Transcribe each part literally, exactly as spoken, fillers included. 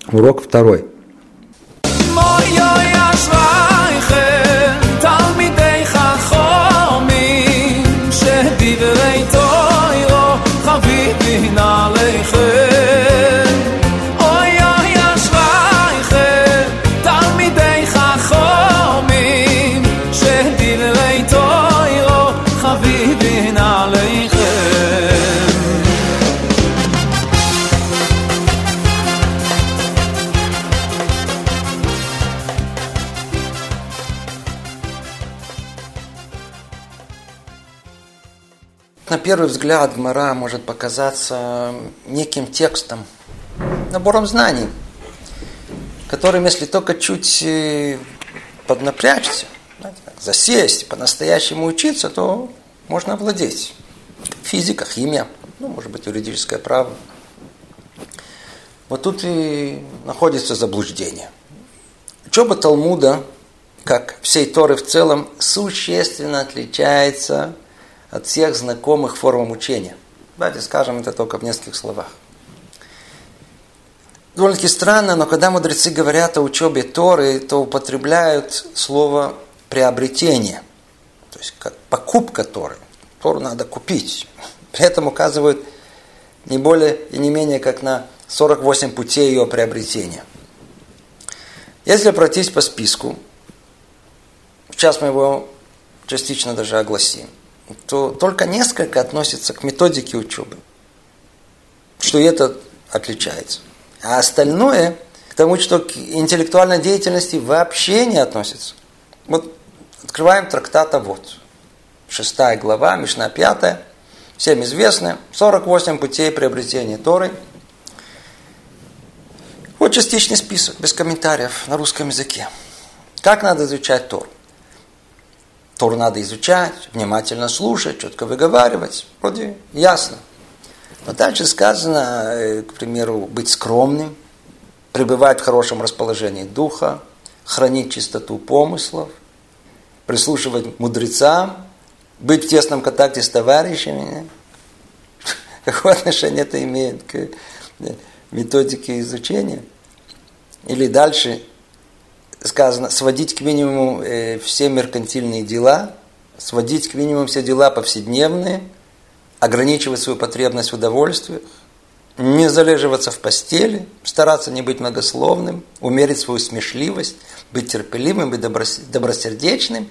Урок второй. На первый взгляд Гемара может показаться неким текстом, набором знаний, которым, если только чуть поднапрячься, засесть, по-настоящему учиться, то можно овладеть. Физика, химия, ну, может быть, юридическое право. Вот тут и находится заблуждение. Учеба Талмуда, как всей Торы в целом, существенно отличается от всех знакомых форм учения. Давайте скажем это только в нескольких словах. Довольно-таки странно, но когда мудрецы говорят о учебе Торы, то употребляют слово «приобретение». То есть как покупка Торы. Тору надо купить. При этом указывают не более и не менее как на сорок восемь путей ее приобретения. Если пройтись по списку, сейчас мы его частично даже огласим, то только несколько относится к методике учебы, что и это отличается. А остальное к тому, что к интеллектуальной деятельности вообще не относится. Вот открываем трактат Авот. Шестая глава, Мишна пятая, всем известная, сорок восемь путей приобретения Торы. Вот частичный список, без комментариев, на русском языке. Как надо изучать Тору? Тору надо изучать, внимательно слушать, четко выговаривать. Вроде ясно. Но дальше сказано, к примеру, быть скромным, пребывать в хорошем расположении духа, хранить чистоту помыслов, прислушивать мудрецам, быть в тесном контакте с товарищами. Какое отношение это имеет к методике изучения? Или дальше сказано, сводить к минимуму э, все меркантильные дела, сводить к минимуму все дела повседневные, ограничивать свою потребность в удовольствиях, не залеживаться в постели, стараться не быть многословным, умерить свою смешливость, быть терпеливым, быть добросердечным.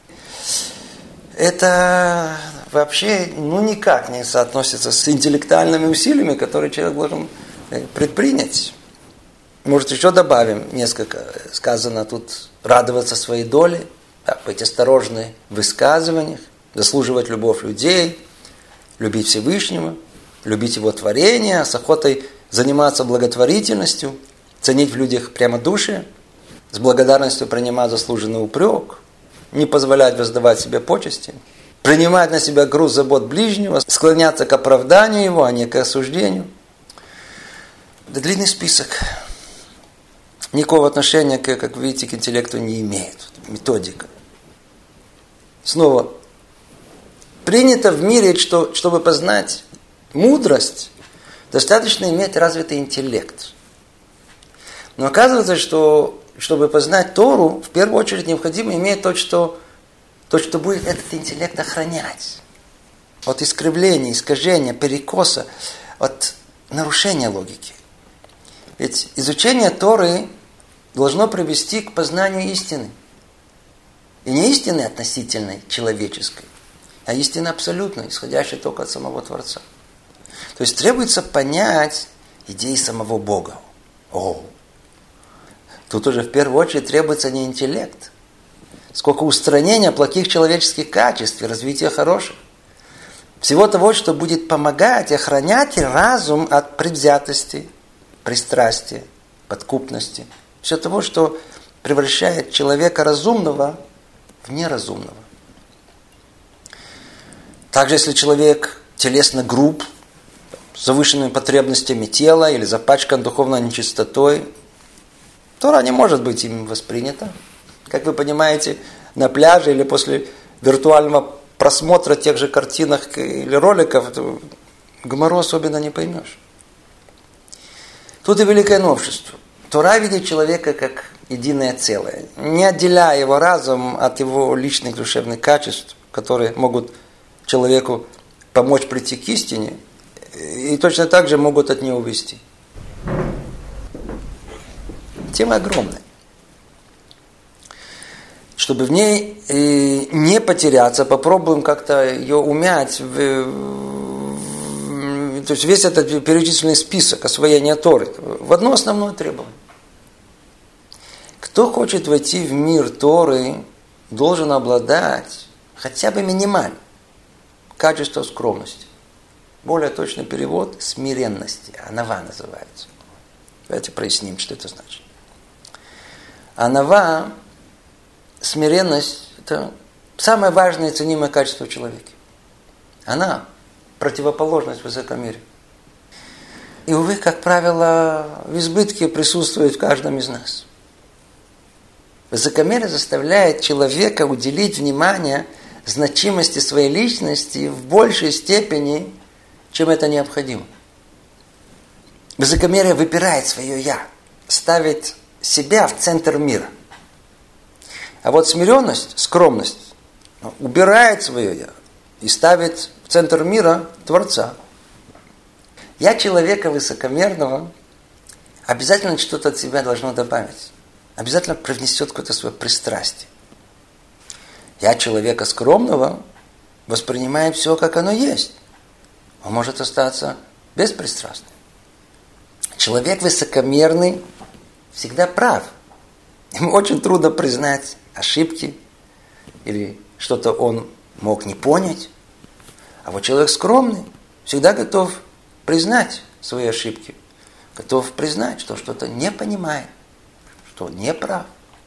Это вообще ну, никак не соотносится с интеллектуальными усилиями, которые человек должен предпринять. Может, еще добавим несколько. Сказано тут радоваться своей доле, так, быть осторожны в высказываниях, заслуживать любовь людей, любить Всевышнего, любить Его творение, с охотой заниматься благотворительностью, ценить в людях прямодушие, с благодарностью принимать заслуженный упрек, не позволять воздавать себе почести, принимать на себя груз забот ближнего, склоняться к оправданию его, а не к осуждению. Да длинный список. Никакого отношения, как вы видите, к интеллекту не имеет. Методика. Снова. Принято в мире, что, чтобы познать мудрость, достаточно иметь развитый интеллект. Но оказывается, что чтобы познать Тору, в первую очередь необходимо иметь то, что, то, что будет этот интеллект охранять. От искривления, искажения, перекоса, от нарушения логики. Ведь изучение Торы должно привести к познанию истины. И не истины относительной, человеческой, а истины абсолютной, исходящей только от самого Творца. То есть требуется понять идеи самого Бога. О, тут уже в первую очередь требуется не интеллект, сколько устранения плохих человеческих качеств и развития хороших. Всего того, что будет помогать охранять разум от предвзятости, пристрастия, подкупности. Все того, что превращает человека разумного в неразумного. Также, если человек телесно груб, с завышенными потребностями тела или запачкан духовной нечистотой, Тора не может быть им воспринята. Как вы понимаете, на пляже или после виртуального просмотра тех же картинок или роликов Гемару особенно не поймешь. Тут и великое новшество. Тора видит человека как единое целое, не отделяя его разум от его личных душевных качеств, которые могут человеку помочь прийти к истине, и точно так же могут от нее увести. Тема огромная. Чтобы в ней не потеряться, попробуем как-то ее умять. В, в, то есть весь этот перечисленный список освоения Торы в одно основное требование. Кто хочет войти в мир Торы, должен обладать хотя бы минимальным качеством скромности. Более точный перевод – смиренности. Анава называется. Давайте проясним, что это значит. Анава, смиренность – это самое важное и ценимое качество в человеке. Она – противоположность высокомерию. И, увы, как правило, в избытке присутствует в каждом из нас. Высокомерие заставляет человека уделить внимание значимости своей личности в большей степени, чем это необходимо. Высокомерие выпирает свое «я», ставит себя в центр мира. А вот смиренность, скромность убирает свое «я» и ставит в центр мира Творца. «Я» человека высокомерного обязательно что-то от себя должно добавить. Обязательно привнесет какое-то свое пристрастие. «Я» человека скромного воспринимает все, как оно есть. Он может остаться беспристрастным. Человек высокомерный всегда прав. Ему очень трудно признать ошибки или что-то он мог не понять. А вот человек скромный всегда готов признать свои ошибки, готов признать, что что-то не понимает, что не прав.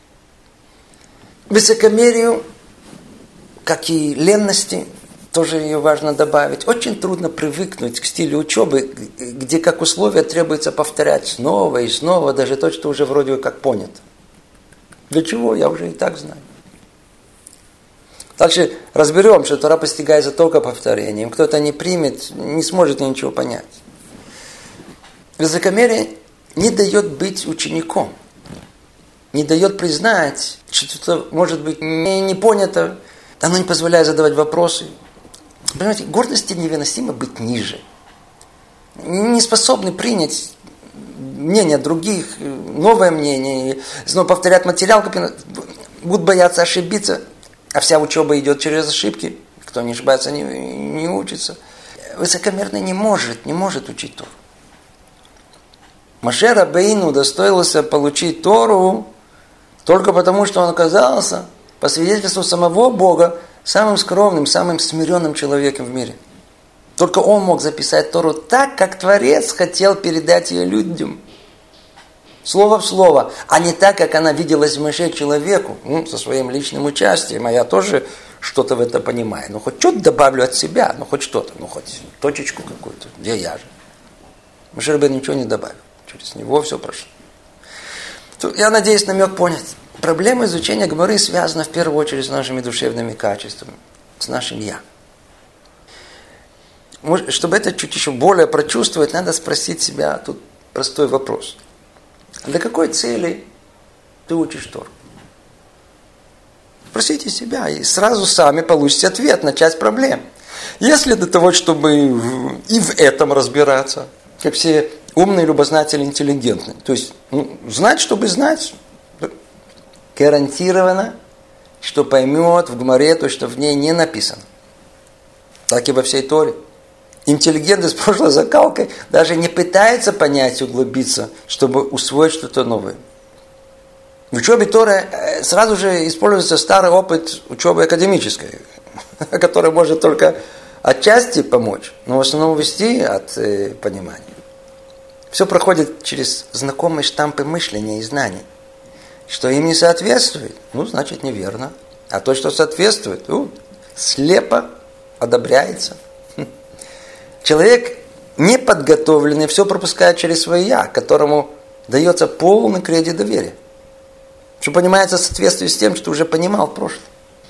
Высокомерию, как и ленности, тоже ее важно добавить. Очень трудно привыкнуть к стилю учебы, где как условие требуется повторять снова и снова, даже то, что уже вроде как понято. Для чего? Я уже и так знаю. Также разберем, что Тора постигается только повторением. Кто-то не примет, не сможет ничего понять. Высокомерие не дает быть учеником. Не дает признать, что что-то может быть не, не понято. Оно не позволяет задавать вопросы. Понимаете, гордости невыносимо быть ниже. Не способны принять мнение других, новое мнение, снова повторять материал, будут бояться ошибиться, а вся учеба идет через ошибки. Кто не ошибается, не, не учится. Высокомерный не может, не может учить Тору. Моше Рабейну удостоился получить Тору только потому, что он оказался, по свидетельству самого Бога, самым скромным, самым смиренным человеком в мире. Только он мог записать Тору так, как Творец хотел передать ее людям. Слово в слово, а не так, как она виделась в Моше человеку, ну, со своим личным участием. А я тоже что-то в это понимаю. Ну, хоть что-то добавлю от себя, ну, хоть что-то, ну, хоть точечку какую-то. Где я же? Моше Рабейну ничего не добавил. Через него все прошло. Я надеюсь, намек понять. Проблема изучения Геморы связана в первую очередь с нашими душевными качествами, с нашим «я». Чтобы это чуть еще более прочувствовать, надо спросить себя тут простой вопрос. Для какой цели ты учишь Тору? Спросите себя, и сразу сами получите ответ на часть проблем. Если для того, чтобы и в этом разбираться, как все умные, любознательные, интеллигентные, то есть ну, знать, чтобы знать, гарантированно, что поймет в Гемаре то, что в ней не написано. Так и во всей Торе. Интеллигент с прошлой закалкой даже не пытается понять и углубиться, чтобы усвоить что-то новое. В учебе Торы сразу же используется старый опыт учебы академической, который может только отчасти помочь, но в основном увести от понимания. Все проходит через знакомые штампы мышления и знаний. Что им не соответствует, ну, значит, неверно. А то, что соответствует, ну, слепо одобряется. Человек неподготовленный все пропускает через свое «я», которому дается полный кредит доверия. Что понимается в соответствии с тем, что уже понимал в прошлом.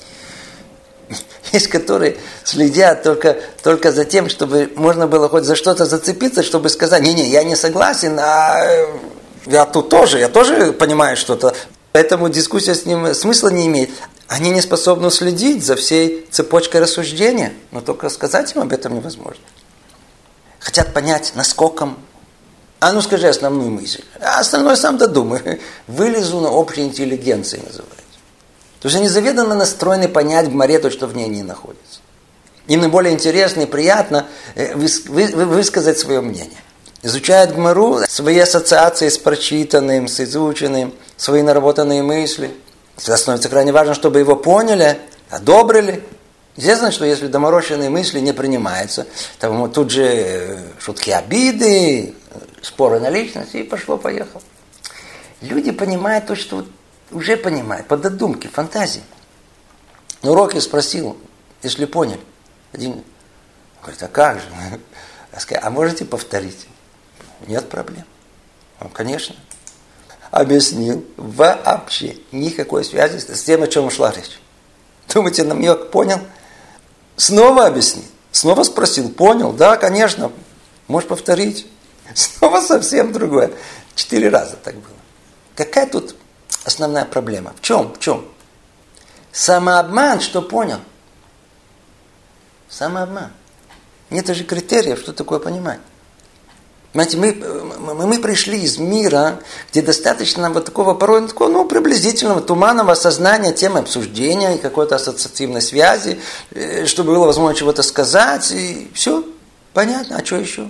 Есть, которые следят только, только за тем, чтобы можно было хоть за что-то зацепиться, чтобы сказать, не-не, я не согласен, а Я тут тоже, я тоже понимаю что-то. Поэтому дискуссия с ним смысла не имеет. Они не способны следить за всей цепочкой рассуждения, но только сказать им об этом невозможно. Хотят понять, насколько... А ну скажи основную мысль. А остальное сам додумай. Вылезу на общей интеллигенции называется. То есть они заведомо настроены понять в море то, что в ней не находится. Им наиболее интересно и приятно высказать свое мнение. Изучают Гмару, свои ассоциации с прочитанным, с изученным, свои наработанные мысли. Всегда становится крайне важно, чтобы его поняли, одобрили. Естественно, что если доморощенные мысли не принимаются, то тут же шутки обиды, споры на личность, и пошло-поехало. Люди понимают то, что уже понимают, по додумке, фантазии. На уроке спросил, если поняли. Один говорит, а как же? Я сказал, а можете повторить? Нет проблем. Он, конечно. Объяснил. Вообще никакой связи с тем, о чем шла речь. Думаете, намек понял? Снова объяснил. Снова спросил, понял? Да, конечно. Можешь повторить? Снова совсем другое. Четыре раза так было. Какая тут основная проблема? В чем? В чем? Самообман, что понял? Самообман. Нет же критериев, что такое понимать. Понимаете, мы, мы, мы пришли из мира, где достаточно вот такого порой, такого, ну, приблизительного, туманного сознания темы обсуждения и какой-то ассоциативной связи, чтобы было возможно чего-то сказать, и все, понятно, а что еще?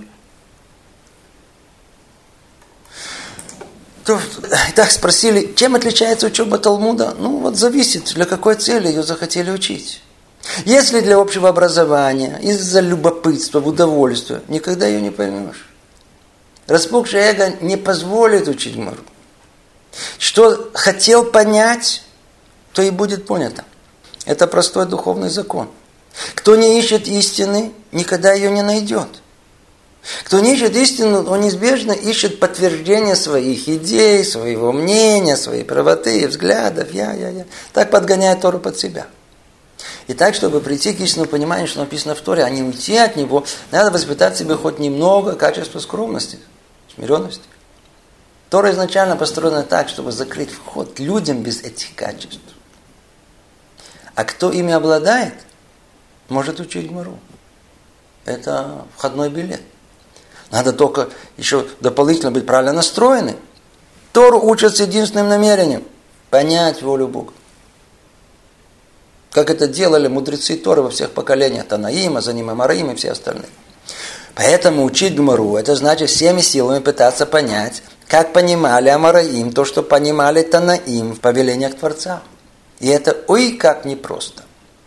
То, так спросили, чем отличается учеба Талмуда? Ну, вот зависит, для какой цели ее захотели учить. Если для общего образования, из-за любопытства, в удовольствие, никогда ее не поймешь. Распухшее эго не позволит учить Гмару. Что хотел понять, то и будет понято. Это простой духовный закон. Кто не ищет истины, никогда ее не найдет. Кто не ищет истину, он неизбежно ищет подтверждение своих идей, своего мнения, своей правоты, взглядов. Я, я, я. Так подгоняет Тору под себя. И так, чтобы прийти к истинному пониманию, что написано в Торе, а не уйти от него, надо воспитать в себе хоть немного качества скромности, смиренности. Тора изначально построена так, чтобы закрыть вход людям без этих качеств. А кто ими обладает, может учить Гмару. Это входной билет. Надо только еще дополнительно быть правильно настроены. Тору учат с единственным намерением – понять волю Бога. Как это делали мудрецы Торы во всех поколениях, Танаима, за ним Амараим и все остальные. Поэтому учить Гмару, это значит всеми силами пытаться понять, как понимали Амараим то, что понимали Танаим в повелениях Творца. И это ой как непросто.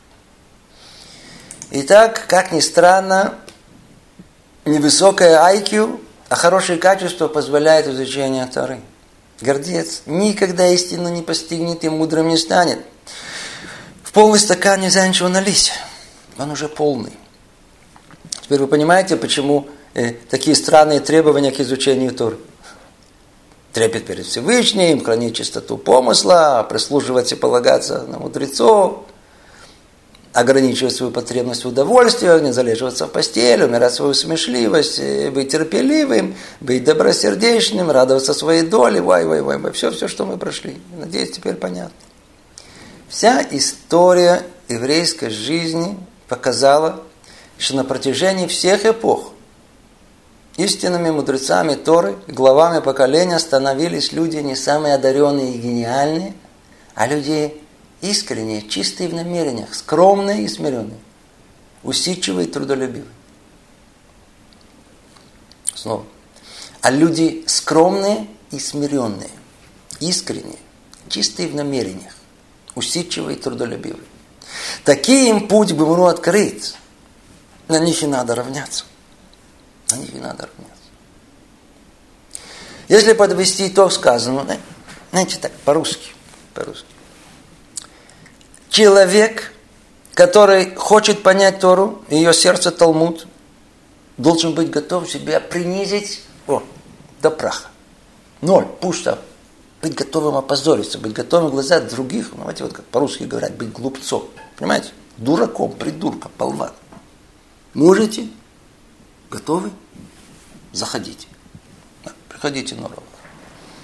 Итак, как ни странно, невысокое ай кью, а хорошие качества позволяют изучение Торы. Гордец никогда истину не постигнет и мудрым не станет. В полный стакан нельзя ничего налить. Он уже полный. Теперь вы понимаете, почему э, такие странные требования к изучению Торы? Трепет перед Всевышним, хранить чистоту помысла, прислуживать и полагаться на мудрецов, ограничивать свою потребность в удовольствиях, не залеживаться в постели, умирать свою смешливость, быть терпеливым, быть добросердечным, радоваться своей доле, вай, вай, вай, вай. Все, все, что мы прошли. Надеюсь, теперь понятно. Вся история еврейской жизни показала, что на протяжении всех эпох истинными мудрецами Торы, главами поколения становились люди не самые одаренные и гениальные, а люди искренние, чистые в намерениях, скромные и смиренные, усидчивые и трудолюбивые. Снова. А люди скромные и смиренные, искренние, чистые в намерениях, усидчивые и трудолюбивые. Такие им путь к Гмару открыт. На них и надо равняться. На них и надо равняться. Если подвести итог сказанного, знаете так, по-русски, по-русски. Человек, который хочет понять Тору, ее сердце Талмуд, должен быть готов себя принизить о, до праха. Ноль, пусто. Быть готовым опозориться, быть готовым в глаза других, ну, знаете, вот как по-русски говорят, быть глупцом. Понимаете? Дураком, придурком, болваном. Можете? Готовы? Заходите. Приходите на урок.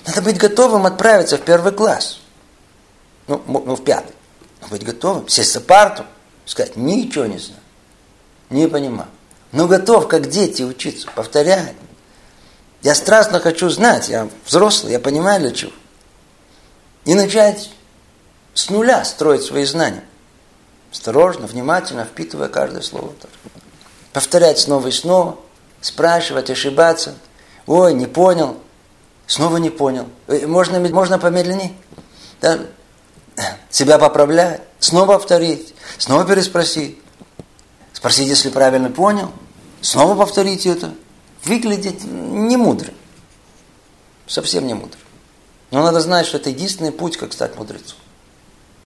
Надо быть готовым отправиться в первый класс. Ну, ну в пятый. Но быть готовым, сесть за парту, сказать, ничего не знаю, не понимаю. Но готов, как дети, учиться, повторять. Я страстно хочу знать, я взрослый, я понимаю для чего. И начать с нуля строить свои знания. Осторожно, внимательно, впитывая каждое слово. Повторять снова и снова, спрашивать, ошибаться. Ой, не понял, снова не понял. Можно, можно помедленнее? Да? Себя поправлять, снова повторить, снова переспросить. Спросить, если правильно понял, снова повторить это. Выглядеть не мудрым. Совсем не мудрым. Но надо знать, что это единственный путь, как стать мудрецом.